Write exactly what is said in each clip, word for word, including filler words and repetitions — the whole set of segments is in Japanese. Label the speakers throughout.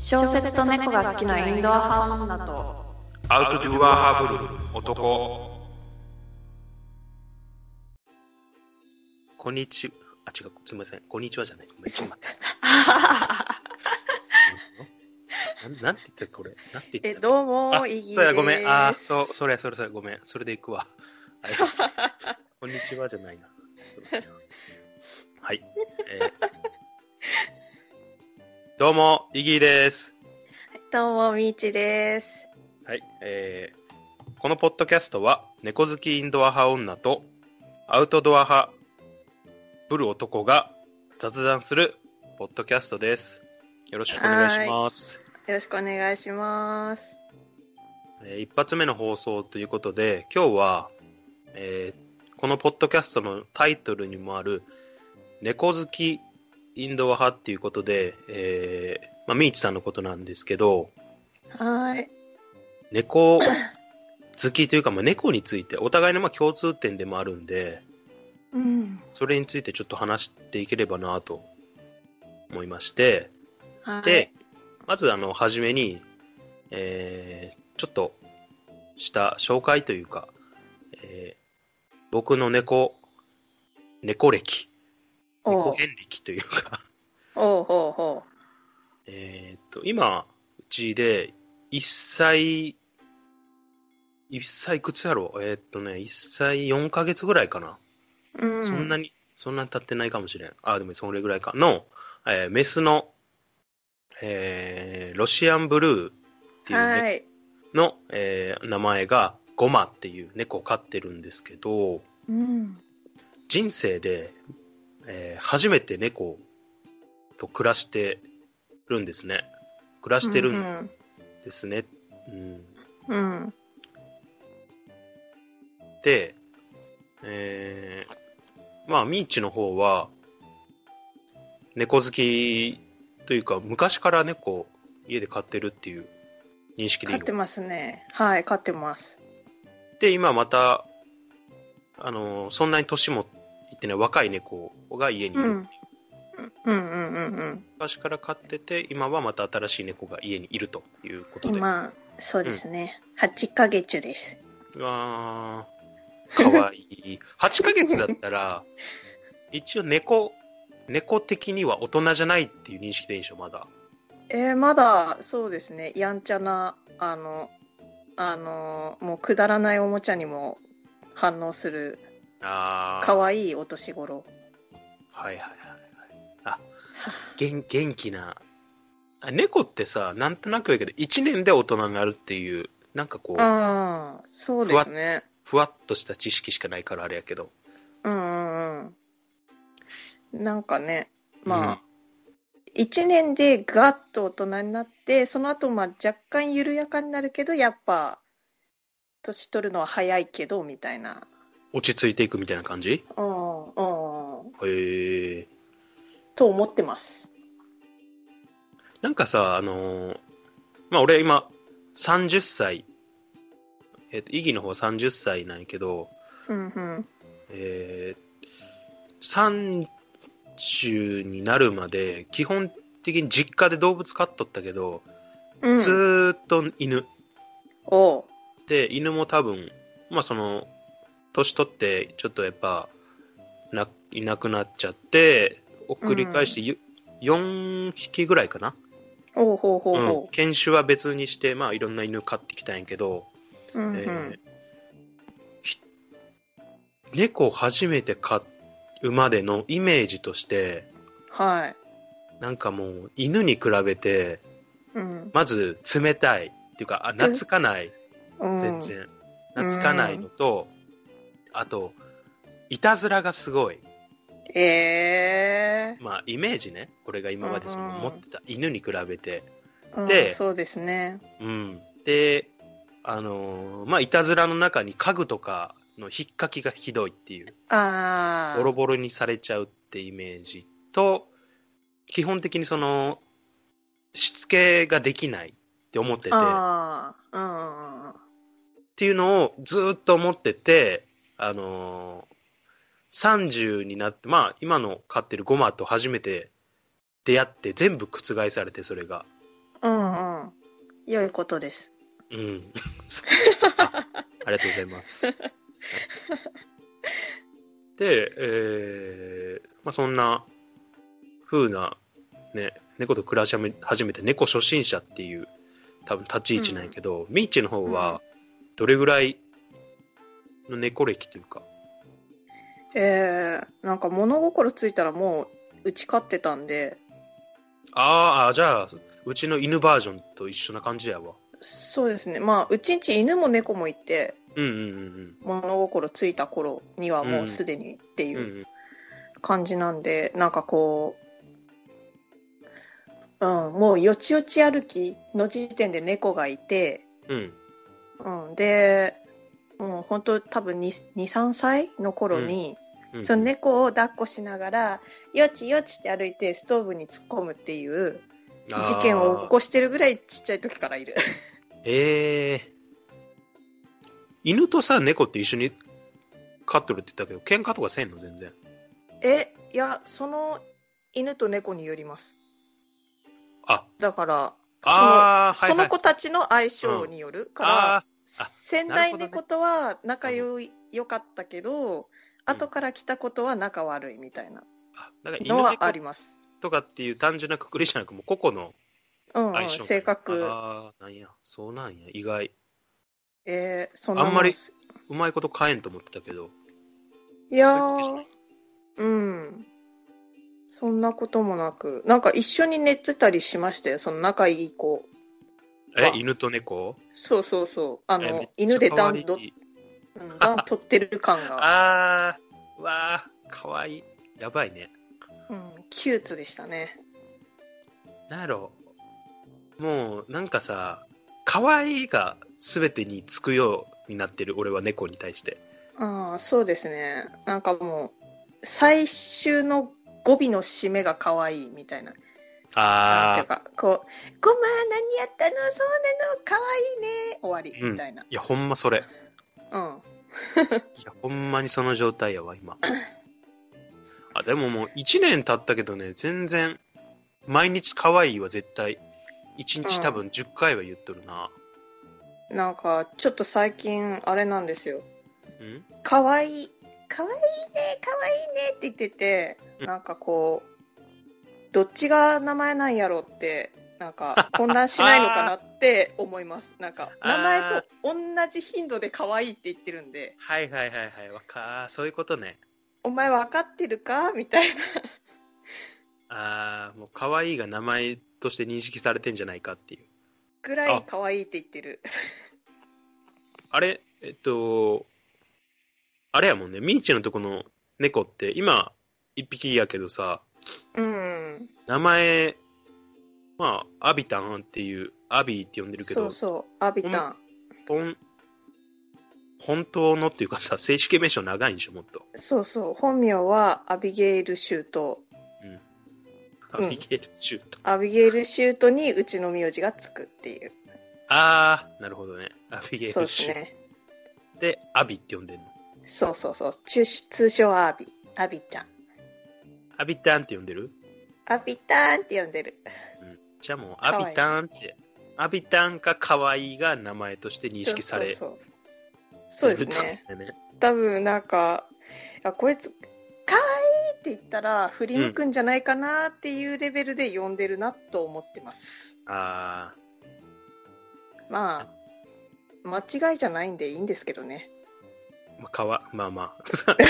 Speaker 1: 小説と猫が好きなインドア派女と
Speaker 2: アウトドアハブル男。こんにちは、あ、違う、すみません。こんにちはじゃない。ごめん、ちょっと待って。な, なんて言ったっけこれ。なんて言ったっけ
Speaker 1: え、どうも、イギーです。
Speaker 2: そうや、ごめん。あ、そう、それ、それ、それ、ごめん。それで行くわ。はい、こんにちはじゃないな。はい。えー、どうも、イギーです。
Speaker 1: どうも、みーちです。
Speaker 2: はい。えー、このポッドキャストは、猫好きインドア派女と、アウトドア派、ブル男が雑談するポッドキャストです。よろしくお願いします。
Speaker 1: よろしくお願いします。
Speaker 2: えー、一発目の放送ということで、今日は、えー、このポッドキャストのタイトルにもある猫好きインドア派っていうことで、えーまあ、みーちさんのことなんですけど、
Speaker 1: はい。
Speaker 2: 猫好きというか、まあ、猫についてお互いのまあ共通点でもあるんで、
Speaker 1: うん、
Speaker 2: それについてちょっと話していければなと思いまして、
Speaker 1: はい、
Speaker 2: で、まずあの初めに、えー、ちょっとした紹介というか、えー、僕の猫猫歴猫遍歴というか
Speaker 1: おうほうほう。
Speaker 2: えっと今うちでいっさいいっさいいくつやろうえー、っとねいっさいよんかげつぐらいかな、
Speaker 1: うん、
Speaker 2: そんなにそんなに経ってないかもしれん。あ、でもそれぐらいかの、えー、メスの、えー、ロシアンブルーっていう猫、
Speaker 1: はい
Speaker 2: の、えー、名前がゴマっていう猫を飼ってるんですけど、
Speaker 1: うん、
Speaker 2: 人生で、えー、初めて猫と暮らしてるんですね。暮らしてるんですね。うん
Speaker 1: うん、
Speaker 2: で、えー、まあミーチの方は猫好きというか昔から猫家で飼ってるっていう認識でいいの？
Speaker 1: 飼ってますね。はい、飼ってます。
Speaker 2: で今またあのそんなに年もいってない若い猫が家にいる、
Speaker 1: うんうんうんうんうん。
Speaker 2: 昔から飼ってて今はまた新しい猫が家にいるということで、
Speaker 1: 今、そうですね。うん、はちかげつです。
Speaker 2: うわーかわいいはちかげつだったら一応猫猫的には大人じゃないっていう認識でいいでしょまだ。
Speaker 1: えー、まだそうですね。やんちゃなあのあのもうくだらないおもちゃにも反応する
Speaker 2: あー
Speaker 1: かわいいお年頃。
Speaker 2: はいはいはいはい。あ、元元気な。あ猫ってさ、なんとなくやけど、いちねんで大人になるっていう、なんかこう、
Speaker 1: ああ、そうですね。
Speaker 2: ふわっとした知識しかないからあれやけど。
Speaker 1: うんうんうん。なんかね、まあ、
Speaker 2: うん、
Speaker 1: いちねんでガッと大人になって、その後まあ若干緩やかになるけど、やっぱ、年取るのは早いけど、みたいな。
Speaker 2: 落ち着いていくみたいな感じ？
Speaker 1: うんうん。
Speaker 2: へえ。
Speaker 1: と思ってます。
Speaker 2: なんかさ、あのーまあ俺今さんじゅっさい、えっ、と、イギの方さんじゅっさいなんやけど、
Speaker 1: うんうん。
Speaker 2: えー、さんじゅうになるまで基本的に実家で動物飼っとったけど、
Speaker 1: うん、
Speaker 2: ずーっと犬。
Speaker 1: おう。
Speaker 2: で、犬も多分、まあその、年取ってちょっとやっぱないなくなっちゃって送り返して、うん、よんひきぐらいかな。
Speaker 1: おうほうほうほう、
Speaker 2: うん、犬種は別にしてまあいろんな犬飼ってきたんやけど、
Speaker 1: うんうん、
Speaker 2: えー、猫を初めて飼うまでのイメージとして
Speaker 1: はい
Speaker 2: なんかもう犬に比べて、
Speaker 1: うん、
Speaker 2: まず冷たいっていうかあ懐かない、うん、全然懐かないのと、うん、あといたずらがすごい。
Speaker 1: えー、
Speaker 2: まあイメージね、これが今までその持ってた犬に比べて、
Speaker 1: うん、
Speaker 2: で、
Speaker 1: そうですね、
Speaker 2: うん、であのー、まあいたずらの中に家具とかの引っかきがひどいっていう、
Speaker 1: あ
Speaker 2: ボロボロにされちゃうってイメージと、基本的にそのしつけができないって思ってて、
Speaker 1: あ、うん、
Speaker 2: っていうのをずっと思ってて、あのー、さんじゅうになって、まあ今の飼ってるゴマと初めて出会って全部覆されて、それが、
Speaker 1: うん良いことです。
Speaker 2: うん。あ、ありがとうございます。はい、で、えー、まあそんな風なね、猫と暮らし始めて猫初心者っていう多分立ち位置なんやけど、うん、ミーチの方はどれぐらいの猫歴というか、
Speaker 1: うん、えー、なんか物心ついたらもううち飼ってたんで。
Speaker 2: ああ、じゃあうちの犬バージョンと一緒な感じやわ。
Speaker 1: そうですね。まあうちんち犬も猫もいて、
Speaker 2: うんうんうんうん、
Speaker 1: 物心ついた頃にはもうすでにっていう感じなんで、なんかこう、うん、もうよちよち歩きの時点で猫がいて、
Speaker 2: うん
Speaker 1: うん、でもう本当多分に、さんさいの頃に、うんうん、その猫を抱っこしながらよちよちって歩いてストーブに突っ込むっていう事件を起こしてるぐらいちっちゃい時からいる。
Speaker 2: ええー、犬とさ猫って一緒に飼っとるって言ったけど喧嘩とかせんの全然？
Speaker 1: え、いや、その犬と猫によります。
Speaker 2: あ、
Speaker 1: だから
Speaker 2: その、あ、
Speaker 1: その子たちの相性によるから、うん、先代猫とは仲良い、良かったけど、うん、後から来たことは仲悪いみたいなのはあります。
Speaker 2: とかっていう単純なくくりじゃなく、もう個々の相性、
Speaker 1: うんうん、性格。
Speaker 2: ああ、なんや、そうなんや、意外。
Speaker 1: えー、そんな
Speaker 2: あんまりうまいこと変えんと思ってたけど。
Speaker 1: いやー、うん。そんなこともなく、なんか一緒に寝てたりしましたよ、その仲いい子。
Speaker 2: え、犬と猫？
Speaker 1: そうそうそう。あの、犬で暖ど、うん、暖取ってる感が。
Speaker 2: ああ、うわー、かわいい。やばいね。
Speaker 1: うん、キュートでしたね。
Speaker 2: なんやろ。もう、なんかさ、かわいいが全てにつくようになってる、俺は猫に対して。
Speaker 1: ああ、そうですね。なんかもう、最終の語尾の締めが可愛いみたいな。
Speaker 2: ああ。
Speaker 1: なんていうか、こう、ごま何やったの、そうなの、可愛いね、終わり、みたいな。
Speaker 2: いや、ほんまそれ。
Speaker 1: うん。
Speaker 2: いや、ほんまにその状態やわ、今。あ、でももういちねん経ったけどね、全然、毎日可愛いは絶対、いちにち多分じゅっかいは言っとるな。
Speaker 1: うん、なんか、ちょっと最近、あれなんですよ。
Speaker 2: ん？
Speaker 1: 可愛い、可愛いね、可愛いねって言ってて、なんかこう、どっちが名前なんやろってなんか混乱しないのかなって思います。なんか名前と同じ頻度で可愛いって言ってるんで。
Speaker 2: はいはいはいはい、わか、そういうことね。
Speaker 1: お前分かってるかみたいな。
Speaker 2: ああ、もう可愛いが名前として認識されてんじゃないかっていう
Speaker 1: ぐらい可愛いって言ってる。
Speaker 2: あれ、えっとあれやもんね、ミーチのとこの猫って今一匹やけどさ、
Speaker 1: うん、
Speaker 2: 名前、まあ、アビタンっていう、アビーって呼んでるけど、
Speaker 1: そうそう、アビタン。
Speaker 2: ほん、本当のっていうかさ、正式名称長いんでしょ、もっと。
Speaker 1: そうそう、本名はアビゲイル・シュート。
Speaker 2: うん。アビゲイル・シュート。
Speaker 1: うん、アビゲイル・シュートにうちの名字がつくっていう。
Speaker 2: あー、なるほどね。アビゲイル・シュート。そうです
Speaker 1: ね。
Speaker 2: で、アビって呼んでるの。
Speaker 1: そうそうそう、通称アビ、アビちゃん。
Speaker 2: アビタンって呼んでる？
Speaker 1: アビタンって呼んでる。
Speaker 2: うん。じゃあもう、アビタンって、アビタンか可愛いが名前として認識される。
Speaker 1: そうそうそう。そうですね。多分なんか、あ、こいつ、可愛いって言ったら振り向くんじゃないかなっていうレベルで呼んでるなと思ってます。
Speaker 2: うん、ああ。
Speaker 1: まあ、間違いじゃないんでいいんですけどね。
Speaker 2: まあ、かわ、まあまあ。かわい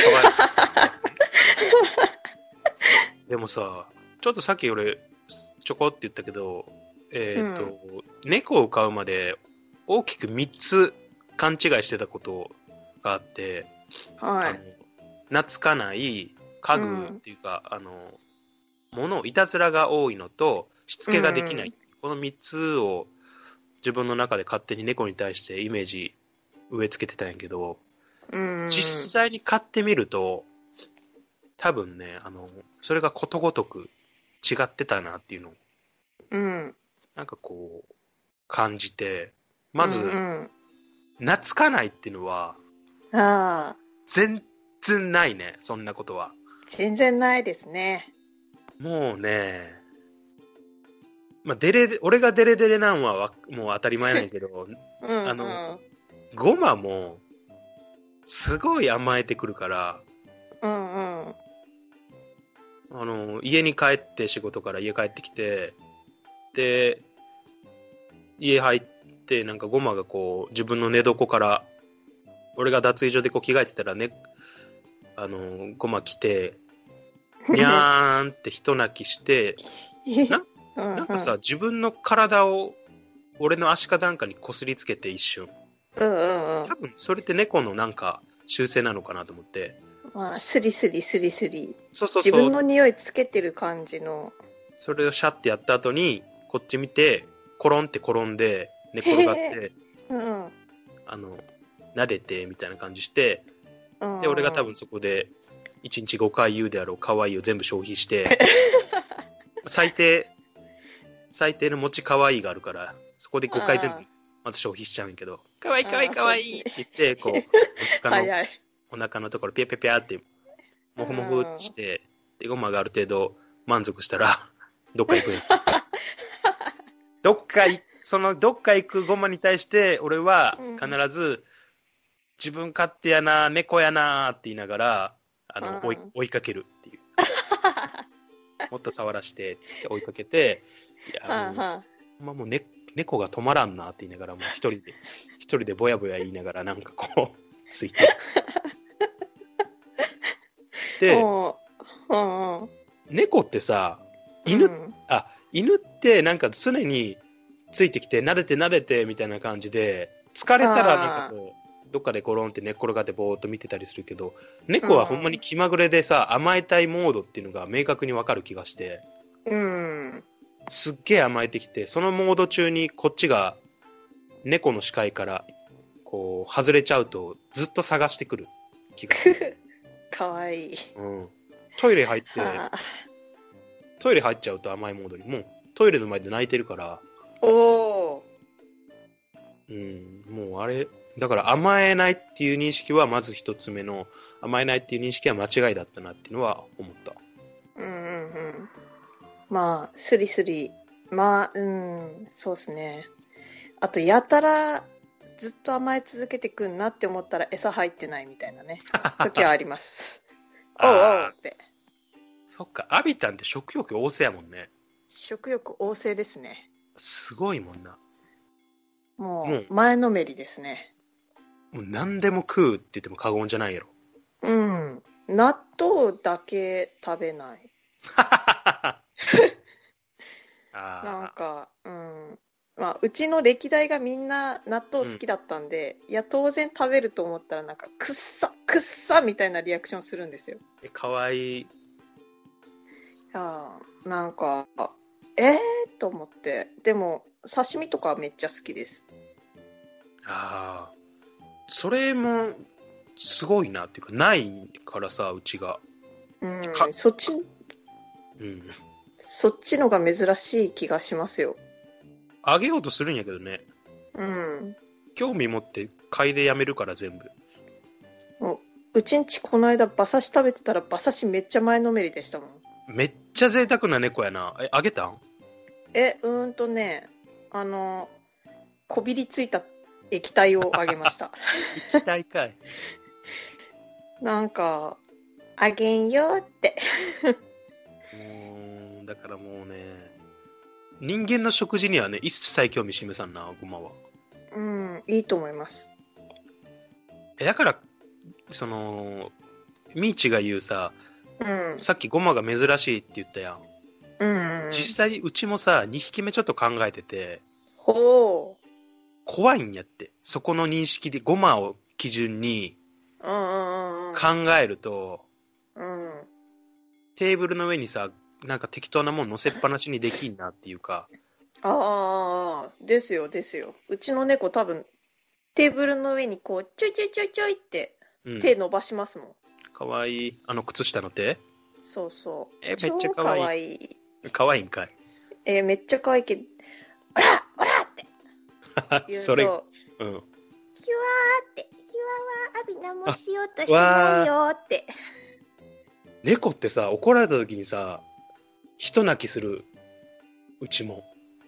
Speaker 2: い。でもさ、ちょっとさっき俺、ちょこって言ったけど、えっと、うん、猫を飼うまで大きくみっつ勘違いしてたことがあって、
Speaker 1: はい、
Speaker 2: あの懐かない家具っていうか、うん、あの物いたずらが多いのとしつけができない、うん、このみっつを自分の中で勝手に猫に対してイメージ植え付けてたんやけど、うん、実際に飼ってみると多分ね、あのそれがことごとく違ってたなっていうのを、
Speaker 1: うん、
Speaker 2: なんかこう感じて、まず、うんうん、懐かないっていうのは
Speaker 1: あ
Speaker 2: 全然ないね、そんなことは。
Speaker 1: 全然ないですね。
Speaker 2: もうね、 まあ、デレ、俺がデレデレなんはわもう当たり前なんやけど、
Speaker 1: うん、うん。
Speaker 2: あの、ゴマも、すごい甘えてくるから、
Speaker 1: うんうん。
Speaker 2: あの、家に帰って仕事から家帰ってきて、で、家入って、なんかゴマがこう、自分の寝床から、俺が脱衣所でこう着替えてたらね、あの、ゴマ来て、にゃーんって一泣きして、な、なんかさ、自分の体を俺の足かなんかにこすりつけて一瞬。
Speaker 1: うんうんうん。
Speaker 2: 多分それって猫のなんか習性なのかなと思って。
Speaker 1: まあ、スリスリスリスリ。
Speaker 2: そうそうそう。
Speaker 1: 自分の匂いつけてる感じの。
Speaker 2: それをシャッてやった後に、こっち見て、コロンって転んで、寝転がって、
Speaker 1: うん、
Speaker 2: あの、撫でてみたいな感じして、
Speaker 1: うん、
Speaker 2: で、俺が多分そこで、いちにちごかい言うであろう可愛いを全部消費して、最低、最低の持ち可愛いがあるから、そこでごかい全部、まず消費しちゃうんやけど、可愛い可愛い可愛いって言って、こう、お腹の、お腹のところピャピャピャって、もふもふってして、で、ゴマがある程度満足したら、どっか行くんや。どっかい、そのどっか行くゴマに対して、俺は必ず、自分勝手やな、猫やなって言いながら、あの、追い、追いかけるっていう。もっと触らしてって追いかけて、いや、もう、まあ、もう、ね、猫が止まらんなって言いながら、もう一人で、一人でぼやぼや言いながら、なんかこう、ついて。で、
Speaker 1: うんうん、
Speaker 2: 猫ってさ、犬、うん、あ、犬ってなんか常についてきて、撫でて撫でてみたいな感じで、疲れたらなんかこう、どっかでコロンって寝っ転がってぼーっと見てたりするけど、猫はほんまに気まぐれでさ、甘えたいモードっていうのが明確にわかる気がして、
Speaker 1: うん、
Speaker 2: すっげえ甘えてきて、そのモード中にこっちが猫の視界からこう外れちゃうとずっと探してくる気がする。
Speaker 1: かわいい。
Speaker 2: うん。トイレ入って、トイレ入っちゃうと甘いモードに、もうトイレの前で泣いてるから。
Speaker 1: おー。
Speaker 2: うん、もうあれ、だから甘えないっていう認識はまず一つ目の、甘えないっていう認識は間違いだったなっていうのは思った。
Speaker 1: うんうんうん。まあ、スリスリ。まあ、うん、そうですね。あと、やたらずっと甘え続けてくんなって思ったら餌入ってないみたいなね、時はあります。おうおうって。
Speaker 2: そっか、アビタンって食欲旺盛やもんね。
Speaker 1: 食欲旺盛ですね。
Speaker 2: すごいもんな。
Speaker 1: もう、前のめりですね。
Speaker 2: もう何でも食うって言っても過言じゃないやろ。
Speaker 1: うん。納豆だけ食べない。なんか、うん。まあ、うちの歴代がみんな納豆好きだったんで、うん、いや、当然食べると思ったら、なんか、くっさ、くっさみたいなリアクションするんですよ。
Speaker 2: え、かわいい。い
Speaker 1: や、なんか、えーと思って。でも、刺身とかめっちゃ好きです。
Speaker 2: ああ。それも、すごいなっていうか、ないからさ、うちが。
Speaker 1: うん、そっち、うん。そっちのが珍しい気がしますよ。
Speaker 2: あげようとするんやけどね。
Speaker 1: うん。
Speaker 2: 興味持って買いでやめるから全部。
Speaker 1: う, うちんちこの間馬刺し食べてたら馬刺しめっちゃ前のめりでしたもん。
Speaker 2: めっちゃ贅沢な猫やな。え、あげたん？
Speaker 1: え、うーんとね、あの、こびりついた液体をあげました。
Speaker 2: 液体かい。
Speaker 1: なんか、あげんよって。
Speaker 2: もう、だからもうね、人間の食事にはね、一切興味示さんな、ゴマは。
Speaker 1: うん、いいと思います。
Speaker 2: え、だから、その、ミーチが言うさ、
Speaker 1: うん、
Speaker 2: さっきゴマが珍しいって言ったやん。
Speaker 1: うん、
Speaker 2: 実際、うちもさ、にひきめちょっと考えてて、
Speaker 1: ほう。
Speaker 2: 怖いんやって。そこの認識でゴマを基準に考えると、
Speaker 1: うんうん、
Speaker 2: テーブルの上にさ、なんか適当なもん乗せっぱなしにできんなっていうか。
Speaker 1: ああ、ですよ、ですよ。うちの猫多分、テーブルの上にこう、ちょいちょいちょいちょいって手伸ばしますもん。
Speaker 2: うん、かわいい。あの靴下の手？
Speaker 1: そうそう。
Speaker 2: え、めっちゃかわいい。
Speaker 1: かわ
Speaker 2: いいんかい。
Speaker 1: えー、めっちゃかわいいけど、おらおらって言うと、
Speaker 2: それ、うん。
Speaker 1: ヒュワーって、ヒュワはアビナもしようとしてないよって。
Speaker 2: 猫ってさ、怒られた時にさ、人泣きする。うちも。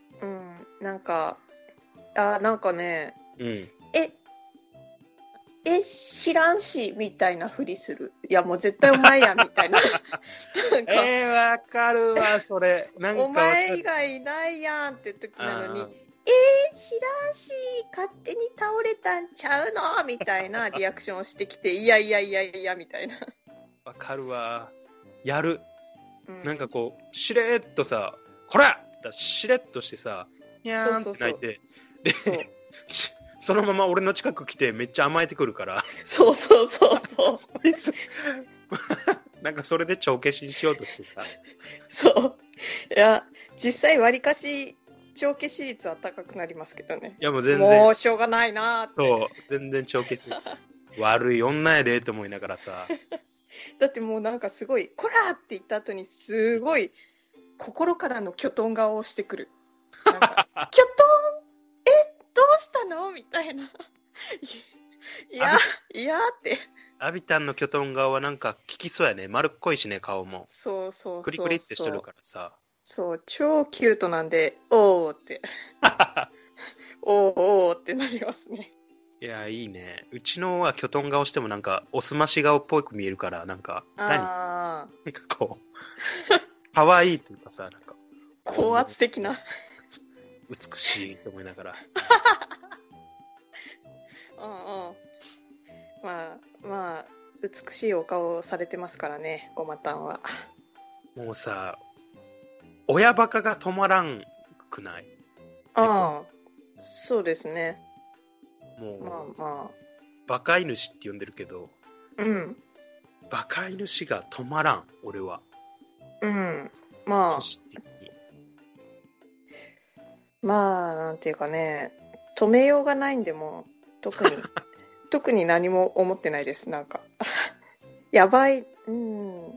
Speaker 1: なんか、あ、なんかね、
Speaker 2: うん。
Speaker 1: え、え、知らんし、みたいなふりする。いや、もう絶対お前や、みたいな。なんか、
Speaker 2: えー、わかるわ、それ。なん
Speaker 1: お
Speaker 2: かわかる。
Speaker 1: 前以外いないやんって時なのに、
Speaker 2: あ
Speaker 1: えー、知らんし、勝手に倒れたんちゃうのみたいなリアクションをしてきて、いやいやいやいや、みたいな。
Speaker 2: ー、わかるわ。やる。
Speaker 1: うん、
Speaker 2: なんかこう、しれーっとさ、こらって言ったらしれっとしてさ、にゃーんって泣いて、で、
Speaker 1: そう
Speaker 2: そのまま俺の近く来てめっちゃ甘えてくるから、
Speaker 1: そうそうそうそう
Speaker 2: なんかそれで帳消しにしようとしてさ、
Speaker 1: そういや実際わりかし帳消し率は高くなりますけどね。
Speaker 2: いやもう全
Speaker 1: も
Speaker 2: 然、
Speaker 1: うしょうがないなーって。
Speaker 2: そう、全然帳消し。悪い女やでと思いながらさ、
Speaker 1: だってもうなんかすごい「こら!」って言った後にすごい心からのキョトン顔をしてくる。なんかキョトンえどうしたのみたいな。いやいやって。
Speaker 2: アビタンのキョトン顔はなんか効きそうやね。丸っこいしね、顔も。
Speaker 1: そうそうそうそう。
Speaker 2: クリクリってしてるからさ。
Speaker 1: そう超キュートなんでおーっておーおーってなりますね。
Speaker 2: いや、いいね。うちのはキョトン顔してもなんか、おすまし顔っぽく見えるから、なんか、何
Speaker 1: あ
Speaker 2: なんかこう、可愛いというかさ、なんか、
Speaker 1: あ高圧的な。
Speaker 2: 美しいと思いながら。
Speaker 1: うんうん。まあまあ美しいお顔をされてますからね、ごまたんは。
Speaker 2: もうさ、親バカが止まらんくない？
Speaker 1: ああ、そうですね。
Speaker 2: もう、
Speaker 1: まあま
Speaker 2: バカ犬師って呼んでるけど、
Speaker 1: あ、うん、
Speaker 2: バカ犬師が止まらん、俺は。
Speaker 1: うん、まあ、
Speaker 2: 個人的に。
Speaker 1: まあ、なんていうかね、止めようがないんで、もう、特に、特に何も思ってないです、なんか。やばい、うん、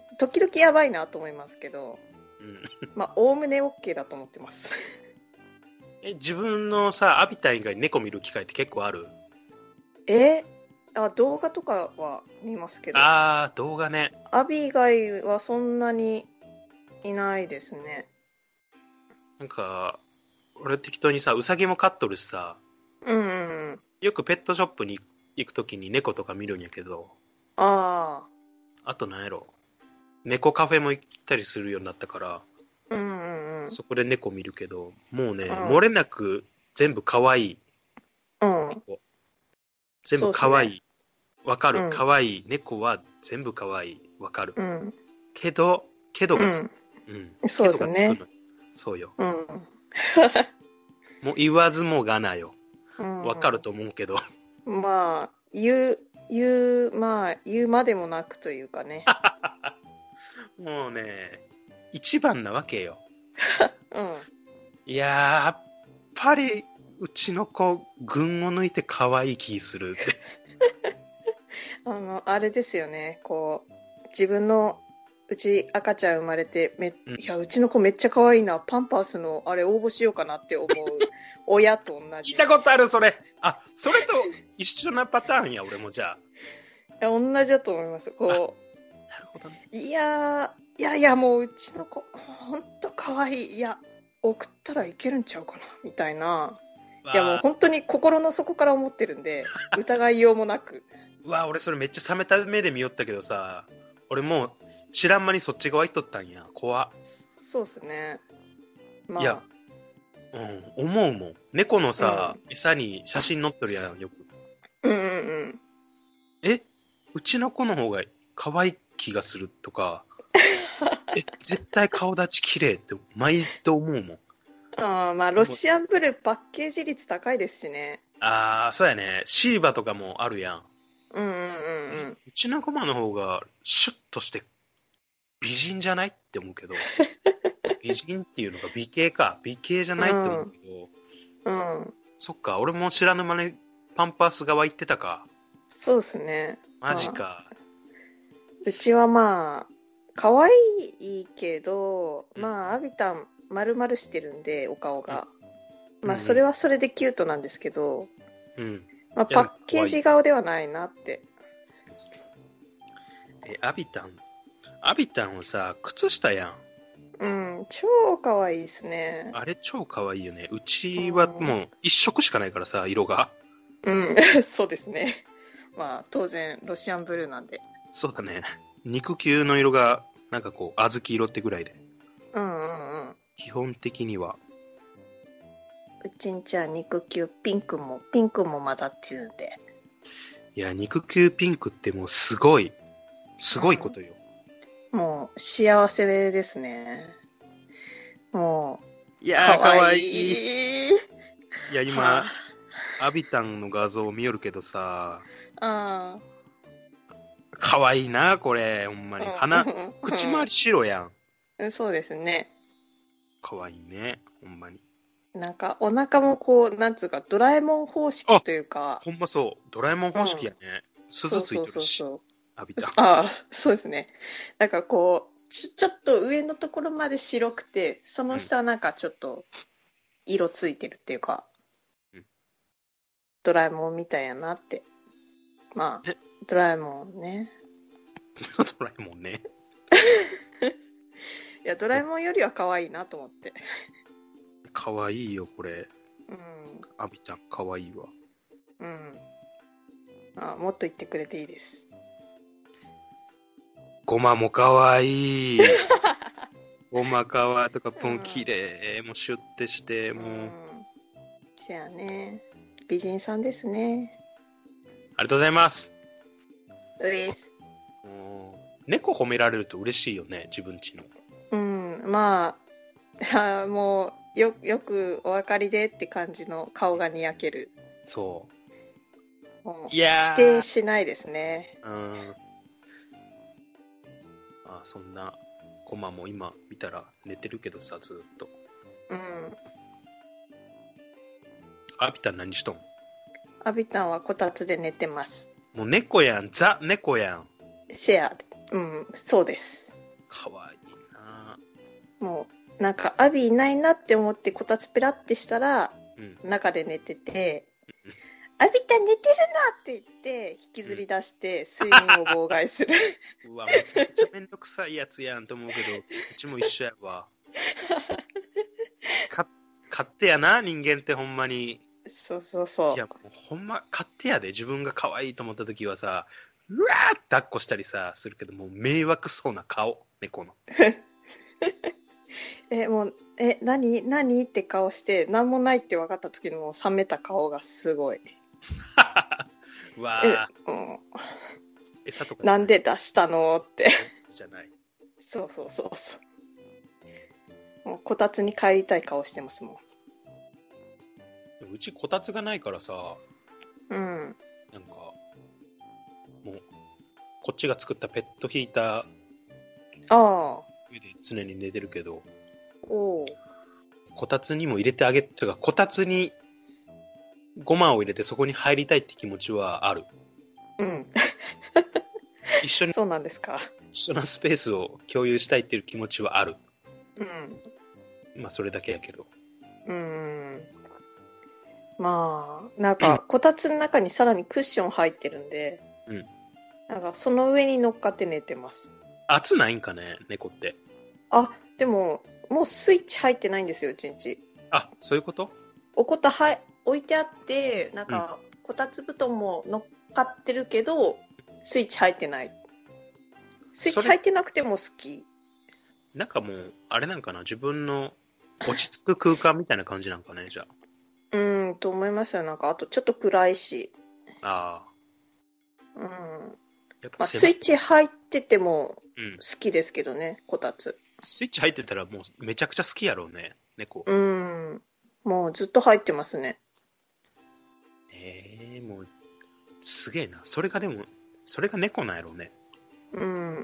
Speaker 1: 時々やばいなと思いますけど、
Speaker 2: うん、
Speaker 1: まあ、おおむね OK だと思ってます。
Speaker 2: え、自分のさ、アビタ以外に猫見る機会って結構ある？
Speaker 1: えあ、動画とかは見ますけど、
Speaker 2: あー、動画ね。
Speaker 1: アビ以外はそんなにいないですね。
Speaker 2: なんか、俺適当にさ、ウサギも飼っとるしさ、
Speaker 1: うんうんうん。
Speaker 2: よくペットショップに行くときに猫とか見るんやけど、
Speaker 1: あ
Speaker 2: あとなんやろ、猫カフェも行ったりするようになったから、
Speaker 1: あ、うんうんうん。
Speaker 2: そこで猫見るけど、もうね、
Speaker 1: うん
Speaker 2: 漏れなく全部可愛い
Speaker 1: うん。
Speaker 2: 猫。全部可愛い。わかる。
Speaker 1: うん
Speaker 2: 可愛い。猫は全部可愛い。わかる。
Speaker 1: うん。
Speaker 2: けど、けどがつく。うん。
Speaker 1: そうですね
Speaker 2: けどがつくの。そうよ。
Speaker 1: うん。
Speaker 2: もう言わずもがなよ。
Speaker 1: うん
Speaker 2: わかると思うけど。
Speaker 1: まあ、言う、言う、まあ、言うまでもなくというかね。
Speaker 2: もうね、一番なわけよ。
Speaker 1: うん。
Speaker 2: いやー、やっぱり、うちの子、群を抜いて可愛い気するって。
Speaker 1: あの、あれですよね。こう、自分のうち赤ちゃん生まれてめ、
Speaker 2: うん
Speaker 1: いや、うちの子めっちゃ可愛いな。パンパースのあれ応募しようかなって思う親と同じ。
Speaker 2: 聞いたことある、それ。あ、それと一緒なパターンや、俺もじゃあ。
Speaker 1: いや同じだと思います。こ
Speaker 2: なるほどね。
Speaker 1: う、いやー、いやいや、もううちの子、ほんと可愛い。いや、送ったらいけるんちゃうかな、みたいな。いや、もう本当に心の底から思ってるんで、疑いようもなく。
Speaker 2: うわ、俺それめっちゃ冷めた目で見よったけどさ、俺もう知らん間にそっち側行っとったんや。怖っ。
Speaker 1: そうっすね。まあ、
Speaker 2: いや、うん、思うもん。猫のさ、うん、餌に写真載ってるやん、よく。
Speaker 1: うんうんうん。
Speaker 2: え、うちの子の方が可愛い気がするとか、え、絶対顔立ち綺麗って毎度思うもん。
Speaker 1: ああ、まあ、ロシアンブルーパッケージ率高いですしね。
Speaker 2: ああ、そうやね。シーバとかもあるやん。
Speaker 1: うんうんうんうん。
Speaker 2: うちのコマの方がシュッとして美人じゃないって思うけど。美人っていうのが美形か。美形じゃないって思うけど。
Speaker 1: うん。うん、
Speaker 2: そっか、俺も知らぬ間にパンパース側行ってたか。
Speaker 1: そうっすね。
Speaker 2: マジか。
Speaker 1: まあ、うちはまあ、可愛いけど、うん、まあ、アビタン丸々してるんで、お顔が。うん、まあ、それはそれでキュートなんですけど、
Speaker 2: うん。
Speaker 1: まあ、パッケージ顔ではないなって。
Speaker 2: え、アビタンアビタンはさ、靴下やん。
Speaker 1: うん、超かわいいですね。
Speaker 2: あれ超可愛いよね。うちはもう一色しかないからさ、色が。
Speaker 1: うん、そうですね。まあ、当然、ロシアンブルーなんで。
Speaker 2: そうだね。肉球の色が、なんかこう、小豆色ってぐらいで。
Speaker 1: うんうんうん。
Speaker 2: 基本的には。
Speaker 1: うちんちは肉球ピンクも、ピンクも混ざってるんで。
Speaker 2: いや、肉球ピンクってもうすごい、すごいことよ。
Speaker 1: うん、もう、幸せですね。もう、
Speaker 2: いやー、かわいい。
Speaker 1: い。
Speaker 2: いや、今、アビタンの画像を見よるけどさ、
Speaker 1: あ
Speaker 2: かわいいな、これ、ほんまに。鼻、口周り白や
Speaker 1: ん。そうですね。
Speaker 2: ん。かわいいね、ほんまに。
Speaker 1: なんか、お腹もこう、なんつうか、ドラえもん方式というか。
Speaker 2: ほんまそう。ドラえもん方式やね。うん、鈴ついてるし。そうそうそうアビタン。
Speaker 1: ああ、そうですね。なんかこうち、ちょっと上のところまで白くて、その下はなんかちょっと色ついてるっていうか、うん、ドラえもんみたいやなって。まあ、ドラえもんね。
Speaker 2: ドラえもんね。
Speaker 1: いや、ドラえもんよりは可愛いなと思って。
Speaker 2: 可愛いよ、これ。
Speaker 1: うん。
Speaker 2: アビちゃん、可愛いわ。
Speaker 1: うん。あ、もっと言ってくれていいです。
Speaker 2: ゴマも可愛い。ゴマかわいとか、ポン綺麗、もうシュッてして、もう。うん、
Speaker 1: せやね。美人さんですね。
Speaker 2: ありがとうございます。
Speaker 1: うれし。
Speaker 2: 猫褒められると嬉しいよね、自分ちの。
Speaker 1: うん、まあ、もう、よ、よくお分かりでって感じの顔がにやける。
Speaker 2: そう。
Speaker 1: もういや否定しないですね。
Speaker 2: うん。あ、そんな、コマも今見たら寝てるけどさ、ずっと。うん。アビタン何しとん？
Speaker 1: アビタンはこたつで寝てます。
Speaker 2: もう猫やん、ザ猫やん。
Speaker 1: シェア、うん、そうです。
Speaker 2: かわいいな。
Speaker 1: もう、なんか、アビいないなって思ってこたつペラってしたら、うん、中で寝てて、アビタン寝てるなって言って、引きずり出して睡眠を妨害する。
Speaker 2: うわ、めちゃくちゃめんどくさいやつやんと思うけど、うちも一緒やわ。か、勝手やな、人間ってほんまに。
Speaker 1: そうそうそう。
Speaker 2: いや、もうほんま、勝手やで。自分が可愛いと思った時はさ、うわーって抱っこしたりさ、するけど、もう迷惑そうな顔、猫の。
Speaker 1: え、もう、え、何何って顔して、何もないって分かった時の冷めた顔がすごい。
Speaker 2: うわー。
Speaker 1: うん、
Speaker 2: 餌とか
Speaker 1: なんで出したのって。
Speaker 2: じゃない。
Speaker 1: そうそうそうそう。もうこたつに帰りたい顔してますもん。
Speaker 2: うちこたつがないからさ、
Speaker 1: うん。
Speaker 2: なんか、もう、こっちが作ったペットヒーター、あ
Speaker 1: あ。
Speaker 2: 上で常に寝てるけど、
Speaker 1: お
Speaker 2: こたつにも入れてあげ、てか、こたつにごまを入れてそこに入りたいって気持ちはある。
Speaker 1: うん。
Speaker 2: 一緒に、
Speaker 1: そうなんですか。
Speaker 2: 一緒なスペースを共有したいっていう気持ちはある。
Speaker 1: うん。
Speaker 2: まあ、それだけやけど。
Speaker 1: うん。まあ、なんか、こたつの中にさらにクッション入ってるんで、うん。なんか、その上に乗っかって寝てます。
Speaker 2: 熱ないんかね、猫って。
Speaker 1: あ、でも、もうスイッチ入ってないんですよ、うちんち。
Speaker 2: あ、そういうこと？
Speaker 1: おこたは置いてあって、なんか、うん、こたつ布団も乗っかってるけど、スイッチ入ってない。スイッチ入ってなくても好き。
Speaker 2: なんかもう、あれなんかな、自分の落ち着く空間みたいな感じなんかね、じゃあ。
Speaker 1: うん、と思いますよ。なんか、あとちょっと暗いし。
Speaker 2: ああ。
Speaker 1: うん。まあ、スイッチ入ってても好きですけどね、うん、こたつ。
Speaker 2: スイッチ入ってたらもうめちゃくちゃ好きやろうね、猫。
Speaker 1: うん。もうずっと入ってますね。
Speaker 2: ええー、もう、すげえな。それがでも、それが猫なんやろうね。
Speaker 1: うん。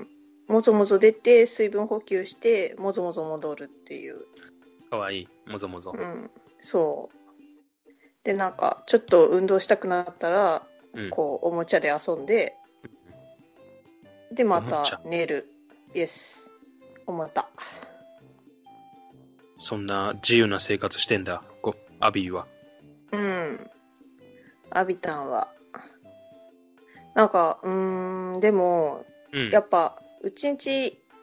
Speaker 1: もぞもぞ出て、水分補給して、もぞもぞ戻るっていう。
Speaker 2: かわいい。もぞもぞ。
Speaker 1: うん。そう。で、なんか、ちょっと運動したくなったら、うん、こう、おもちゃで遊んで、で、また寝る。イエス。おもた。
Speaker 2: そんな自由な生活してんだ、こアビーは。
Speaker 1: うん。アビタンは。なんか、うーん、でも、うん、やっぱ、うちんち、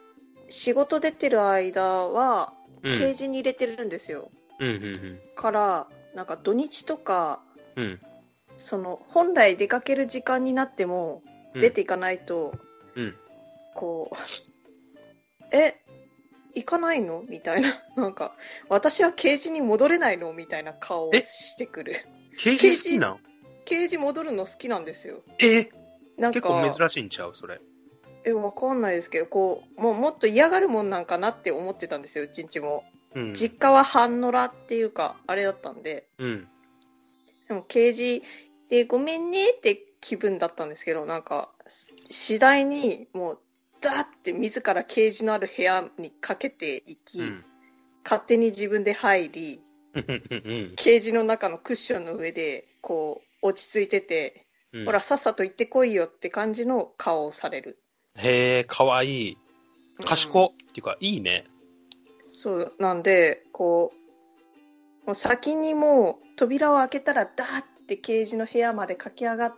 Speaker 1: 仕事出てる間は
Speaker 2: うん。
Speaker 1: ケージに入れてるんですよ。
Speaker 2: うんうん
Speaker 1: からなんか土日とか
Speaker 2: うん。うん。
Speaker 1: その本来出かける時間になっても
Speaker 2: うん
Speaker 1: 出ていかないと、
Speaker 2: うん。
Speaker 1: こうえ行かないのみたいな、なんか私はケージに戻れないのみたいな顔を
Speaker 2: え
Speaker 1: してくる。
Speaker 2: ケージ好きなん？
Speaker 1: ケージ戻るの好きなんですよ。
Speaker 2: え
Speaker 1: なん
Speaker 2: 結構
Speaker 1: か
Speaker 2: 珍しいんちゃうそれ。
Speaker 1: えわかんないですけど、こうもうもっと嫌がるもんなんかなって思ってたんですよ、うちんちも。
Speaker 2: うん。
Speaker 1: 実家は半野良っていうかあれだったんで、
Speaker 2: うん。
Speaker 1: でもケージでごめんねって気分だったんですけど、なんか次第にもうダーって自らケージのある部屋にかけていき、
Speaker 2: うん。
Speaker 1: 勝手に自分で入り、
Speaker 2: うんうん
Speaker 1: ケージの中のクッションの上でこう落ち着いてて、
Speaker 2: うん。
Speaker 1: ほらさっさと行ってこいよって感じの顔をされる。
Speaker 2: へえ、かわいい。賢
Speaker 1: うん
Speaker 2: っ、っていうか、いいね。
Speaker 1: そうなんでこうもう先にもう扉を開けたらダーってケージの部屋まで駆け上がって、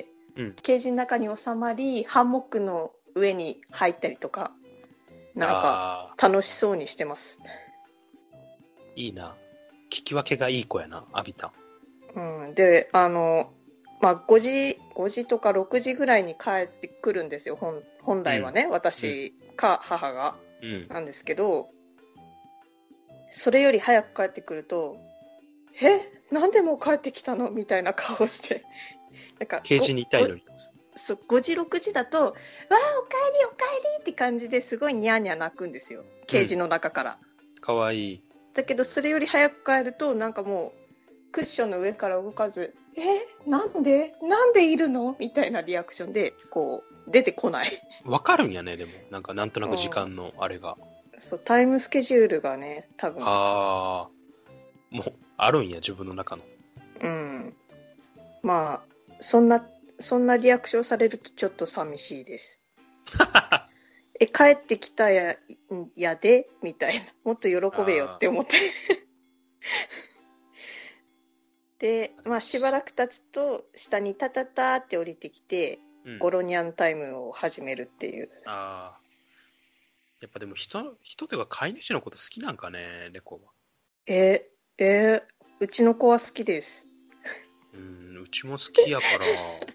Speaker 2: うん。
Speaker 1: ケージの中に収まりハンモックの上に入ったりとか、なんか
Speaker 2: あ
Speaker 1: 楽しそうにしてます。
Speaker 2: ー、いいな。聞き分けがいい子やな、アビタン。
Speaker 1: うん、であのまあごじごじとかろくじぐらいに帰ってくるんですよ、本本来はね、
Speaker 2: うん
Speaker 1: 私か母が
Speaker 2: うん。
Speaker 1: なんですけど、それより早く帰ってくると「えなんでもう帰ってきたの?」みたいな顔してなんか
Speaker 2: ケージにいたいのに。
Speaker 1: そうごじろくじだと「わあおかえりおかえり」って感じですごいニャーニャー泣くんですよ、ケージの中から、
Speaker 2: うん、かわいい。
Speaker 1: だけどそれより早く帰るとなんかもうクッションの上から動かず「えなんでなんでいるの?」みたいなリアクションでこう出てこない。
Speaker 2: わかるんやね、でも。なんか、なんとなく時間のあれが。
Speaker 1: そうタイムスケジュールがね多分
Speaker 2: あー、もう、あるんや、自分の中の。
Speaker 1: うんまあそんなそんなリアクションされるとちょっと寂しいです。え帰ってきたややでみたいな、もっと喜べよって思ってでまあしばらく経つと下にタタタって降りてきて、うん、ゴロニャンタイムを始めるっていう。
Speaker 2: ああ、やっぱでも人人というか飼い主のこと好きなんかね、猫は。
Speaker 1: えー、えー、うちの子は好きです。
Speaker 2: うん、うちも好きやから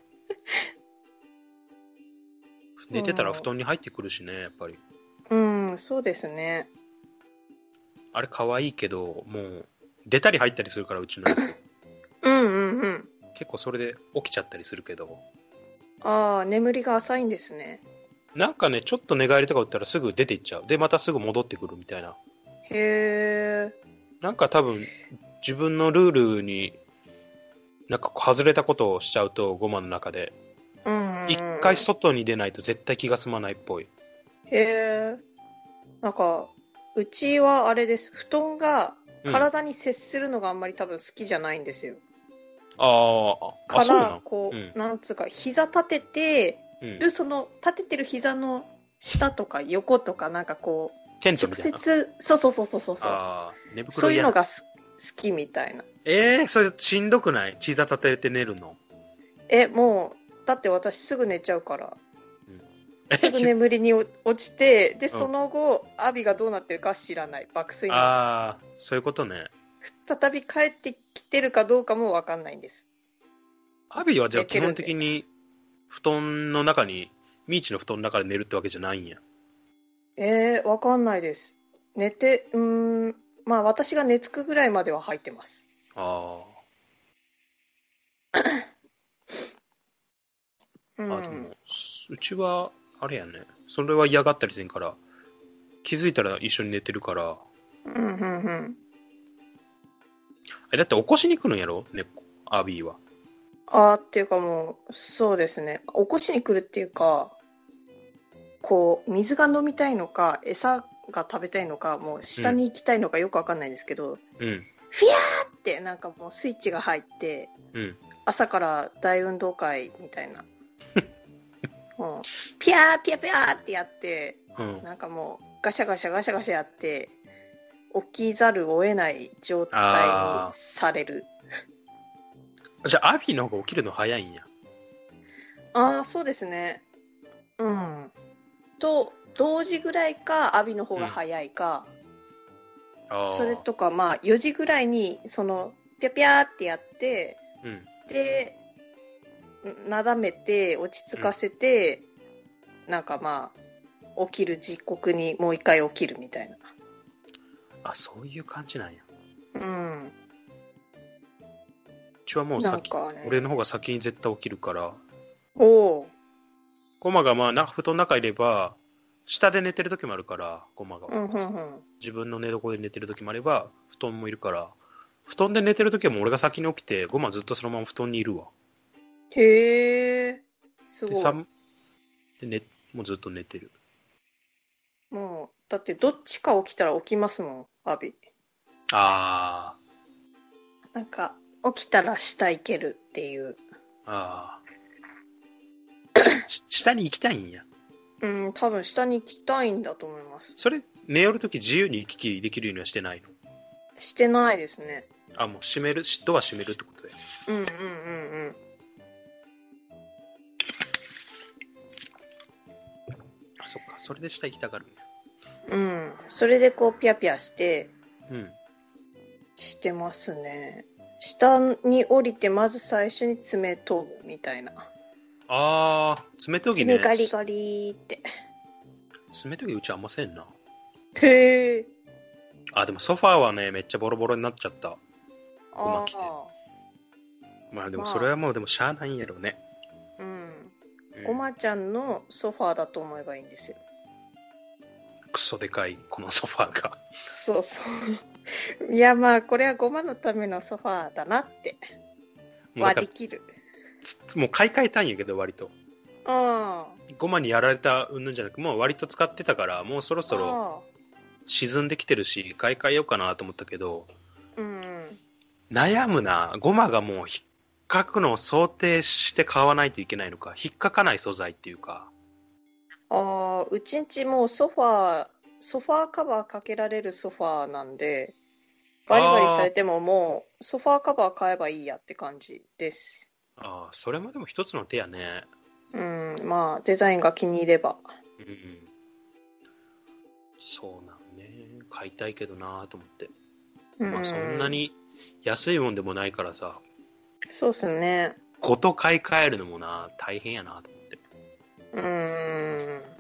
Speaker 2: 寝てたら布団に入ってくるしね、やっぱり。
Speaker 1: うん、そうですね。
Speaker 2: あれ可愛いけど、もう出たり入ったりするから、うちの猫
Speaker 1: うんうんうん。
Speaker 2: 結構それで起きちゃったりするけど。
Speaker 1: ああ、眠りが浅いんですね。
Speaker 2: なんかね、ちょっと寝返りとか打ったらすぐ出ていっちゃう。で、またすぐ戻ってくるみたいな。
Speaker 1: へえ。
Speaker 2: なんか多分、自分のルールに、なんか外れたことをしちゃうと、ゴマの中で。
Speaker 1: うんうん。
Speaker 2: 一回外に出ないと絶対気が済まないっぽい。
Speaker 1: へえ。なんか、うちはあれです。布団が体に接するのがあんまり多分好きじゃないんですよ。
Speaker 2: ああ、
Speaker 1: から、
Speaker 2: あ、そうな
Speaker 1: こう、
Speaker 2: うん、
Speaker 1: なんつうか、膝立ててる、うん、その、立ててる膝の下とか横とか、なんかこう、
Speaker 2: テントみたいな。
Speaker 1: 直接、そうそうそうそうそう。
Speaker 2: ああ、寝袋
Speaker 1: そういうのが好きみたいな。
Speaker 2: ええー、それしんどくない？膝立てて寝るの。
Speaker 1: え、もう、だって私すぐ寝ちゃうから。うん、すぐ眠りに落ちて、で、その後、うん、アビがどうなってるか知らない。爆睡の。
Speaker 2: ああ、そういうことね。
Speaker 1: 再び帰ってきてるかどうかも分かんないんです。
Speaker 2: アビはじゃあ基本的に布団の中に、ミーチの布団の中で寝るってわけじゃないんや。
Speaker 1: えー、分かんないです。寝て、うーん、まあ私が寝つくぐらいまでは入ってます。
Speaker 2: ああ。うん、あ、でも、うちは、あれやね。それは嫌がったりせんから、気づいたら一緒に寝てるから。
Speaker 1: うんうんうん。
Speaker 2: え、だって起こしに来るんやろ猫、アビーは。
Speaker 1: あーっていうかもう、そうですね。起こしに来るっていうか、こう、水が飲みたいのか、餌が食べたいのか、もう下に行きたいのかよくわかんないんですけど、
Speaker 2: うん。
Speaker 1: フィヤーってなんかもうスイッチが入って、
Speaker 2: うん、
Speaker 1: 朝から大運動会みたいな。うん、ピャーピャピャーってやって、うん、なんかもうガシャガシャガシャガシャやって起きざるを得ない状態にされる。
Speaker 2: じゃあアビーの方が起きるの早いんや。
Speaker 1: ああ、そうですね。うん。 と同時ぐらいかアビの方が早いか、
Speaker 2: うん、あ
Speaker 1: それとかまあよじぐらいにそのピャピャーってやって、
Speaker 2: うん、
Speaker 1: でなだめて落ち着かせて、うん、なんかまあ起きる時刻にもう一回起きるみたいな。
Speaker 2: あ、そういう感じなんや。
Speaker 1: うん。う
Speaker 2: ちはもう先、ね、俺の方が先に絶対起きるから。
Speaker 1: おお。
Speaker 2: ゴマがまあな布団の中いれば下で寝てる時もあるから、ゴマが、
Speaker 1: うんうんうん、
Speaker 2: 自分の寝床で寝てる時もあれば布団もいるから、布団で寝てる時はもう俺が先に起きて、ゴマずっとそのまま布団にいるわ。
Speaker 1: へえ、すごい。
Speaker 2: で、ね、もうずっと寝てる。
Speaker 1: もうだってどっちか起きたら起きますもん、アビ。
Speaker 2: あ
Speaker 1: あ。なんか起きたら下行けるっていう。
Speaker 2: ああ。下に行きたいんや。
Speaker 1: うん、多分下に行きたいんだと思います。
Speaker 2: それ寝よるとき自由に行き来できるようにはしてないの？
Speaker 1: してないですね。
Speaker 2: あ、もう閉める、ドア閉めるってことで。
Speaker 1: うんうんうんうん。
Speaker 2: あ、そっか、それで下行きたがるんや。
Speaker 1: うん、それでこうピャピャして、
Speaker 2: うん、
Speaker 1: してますね。下に降りてまず最初に爪研ぐみたいな。
Speaker 2: ああ、爪研ぎね。
Speaker 1: 爪ガリガリって。
Speaker 2: 爪研ぎうちあんませんな。
Speaker 1: へえ。
Speaker 2: あ、でもソファーはね、めっちゃボロボロになっちゃった。ゴマ来て。まあでもそれはもうでもしゃあないんやろうね。
Speaker 1: うん。ゴマちゃんのソファーだと思えばいいんですよ。
Speaker 2: クソでかいこのソファーが。
Speaker 1: そうそう。いやまあこれはゴマのためのソファーだなって割り切る。
Speaker 2: もう買い替えたんやけど割と。
Speaker 1: ああ。
Speaker 2: ゴマにやられたうんぬんじゃなく、もう割と使ってたからもうそろそろ沈んできてるし買い替えようかなと思ったけど、
Speaker 1: うん、
Speaker 2: 悩むな。ゴマがもう引っかくのを想定して買わないといけないのか、引っかかない素材っていうか。
Speaker 1: ああ、うちんちもうソファーソファーカバーかけられるソファーなんで、バリバリされてももうソファーカバー買えばいいやって感じです。
Speaker 2: ああ、それもでも一つの手やね。
Speaker 1: うん、まあデザインが気に入れば。
Speaker 2: うん、そうなんね。買いたいけどなと思って。うん、まあそんなに安いもんでもないからさ。
Speaker 1: そうっすね。
Speaker 2: こと買い替えるのもな大変やなと思って。
Speaker 1: うーん。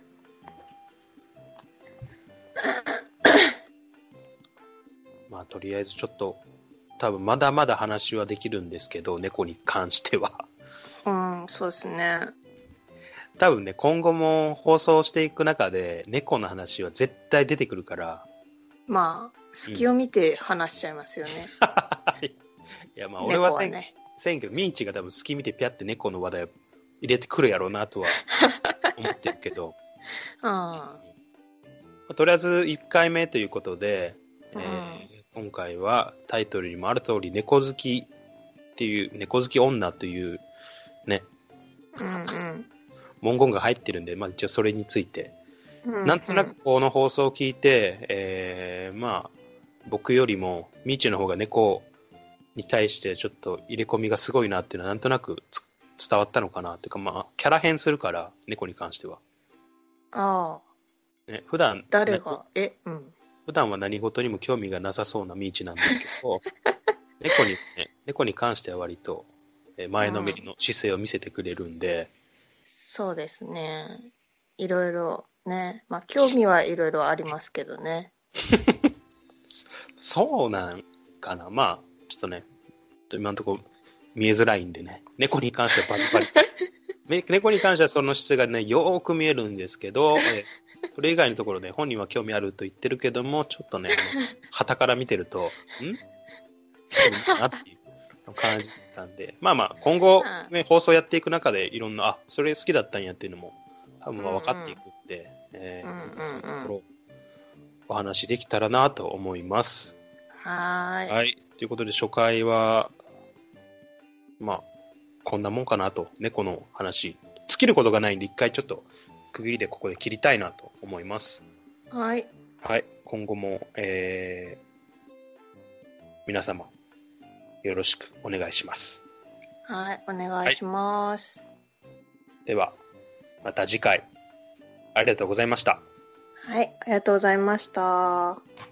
Speaker 2: まあとりあえずちょっと多分まだまだ話はできるんですけど、猫に関しては。
Speaker 1: うん、そうですね。
Speaker 2: 多分ね、今後も放送していく中で猫の話は絶対出てくるから。
Speaker 1: まあ隙を見て話しちゃいますよね。
Speaker 2: うん、いやまあ俺はせん、
Speaker 1: ね、
Speaker 2: せんけどミーチが多分隙見てピャって猫の話題を入れてくるやろうなとは思ってるけど、
Speaker 1: うん、ま
Speaker 2: あ、とりあえずいっかいめということで、
Speaker 1: うん、
Speaker 2: えー、今回はタイトルにもある通り猫好きっていう猫好き女というね、
Speaker 1: うんうん、
Speaker 2: 文言が入ってるんで、まあ、一応それについて、
Speaker 1: うんうん、
Speaker 2: なんとなくこの放送を聞いて、えー、まあ僕よりもミーチの方が猫に対してちょっと入れ込みがすごいなっていうのはなんとなく伝わったのかなっていうか、まあキャラ変するから猫に関しては。
Speaker 1: ああ。
Speaker 2: ね、普段
Speaker 1: 誰がえ、うん。
Speaker 2: 普段は何事にも興味がなさそうなミーチなんですけど、猫にね猫に関しては割と前のめりの姿勢を見せてくれるんで、うん、
Speaker 1: そうですね。いろいろね、まあ興味はいろいろありますけどね。
Speaker 2: そうなんかな。まあちょっとね、今のところ見えづらいんでね、猫に関してはバリバリ猫に関してはその質がねよーく見えるんですけど、えそれ以外のところね本人は興味あると言ってるけども、ちょっとね傍から見てるとん興味なっていう感じなんで、まあまあ今後ね放送やっていく中でいろんな、あ、それ好きだったんやっていうのも多分分かっていくんで、うんうん、えー、そういうところお話できたらなと思います。
Speaker 1: はい。
Speaker 2: はい。ということで初回はまあこんなもんかなと、猫の話尽きることがないんで一回ちょっと区切りでここで切りたいなと思います。
Speaker 1: はい。
Speaker 2: はい。今後も、えー、皆様よろしくお願いします。
Speaker 1: はい、お願いします。
Speaker 2: はい、ではまた次回ありがとうございました。
Speaker 1: はい、ありがとうございました。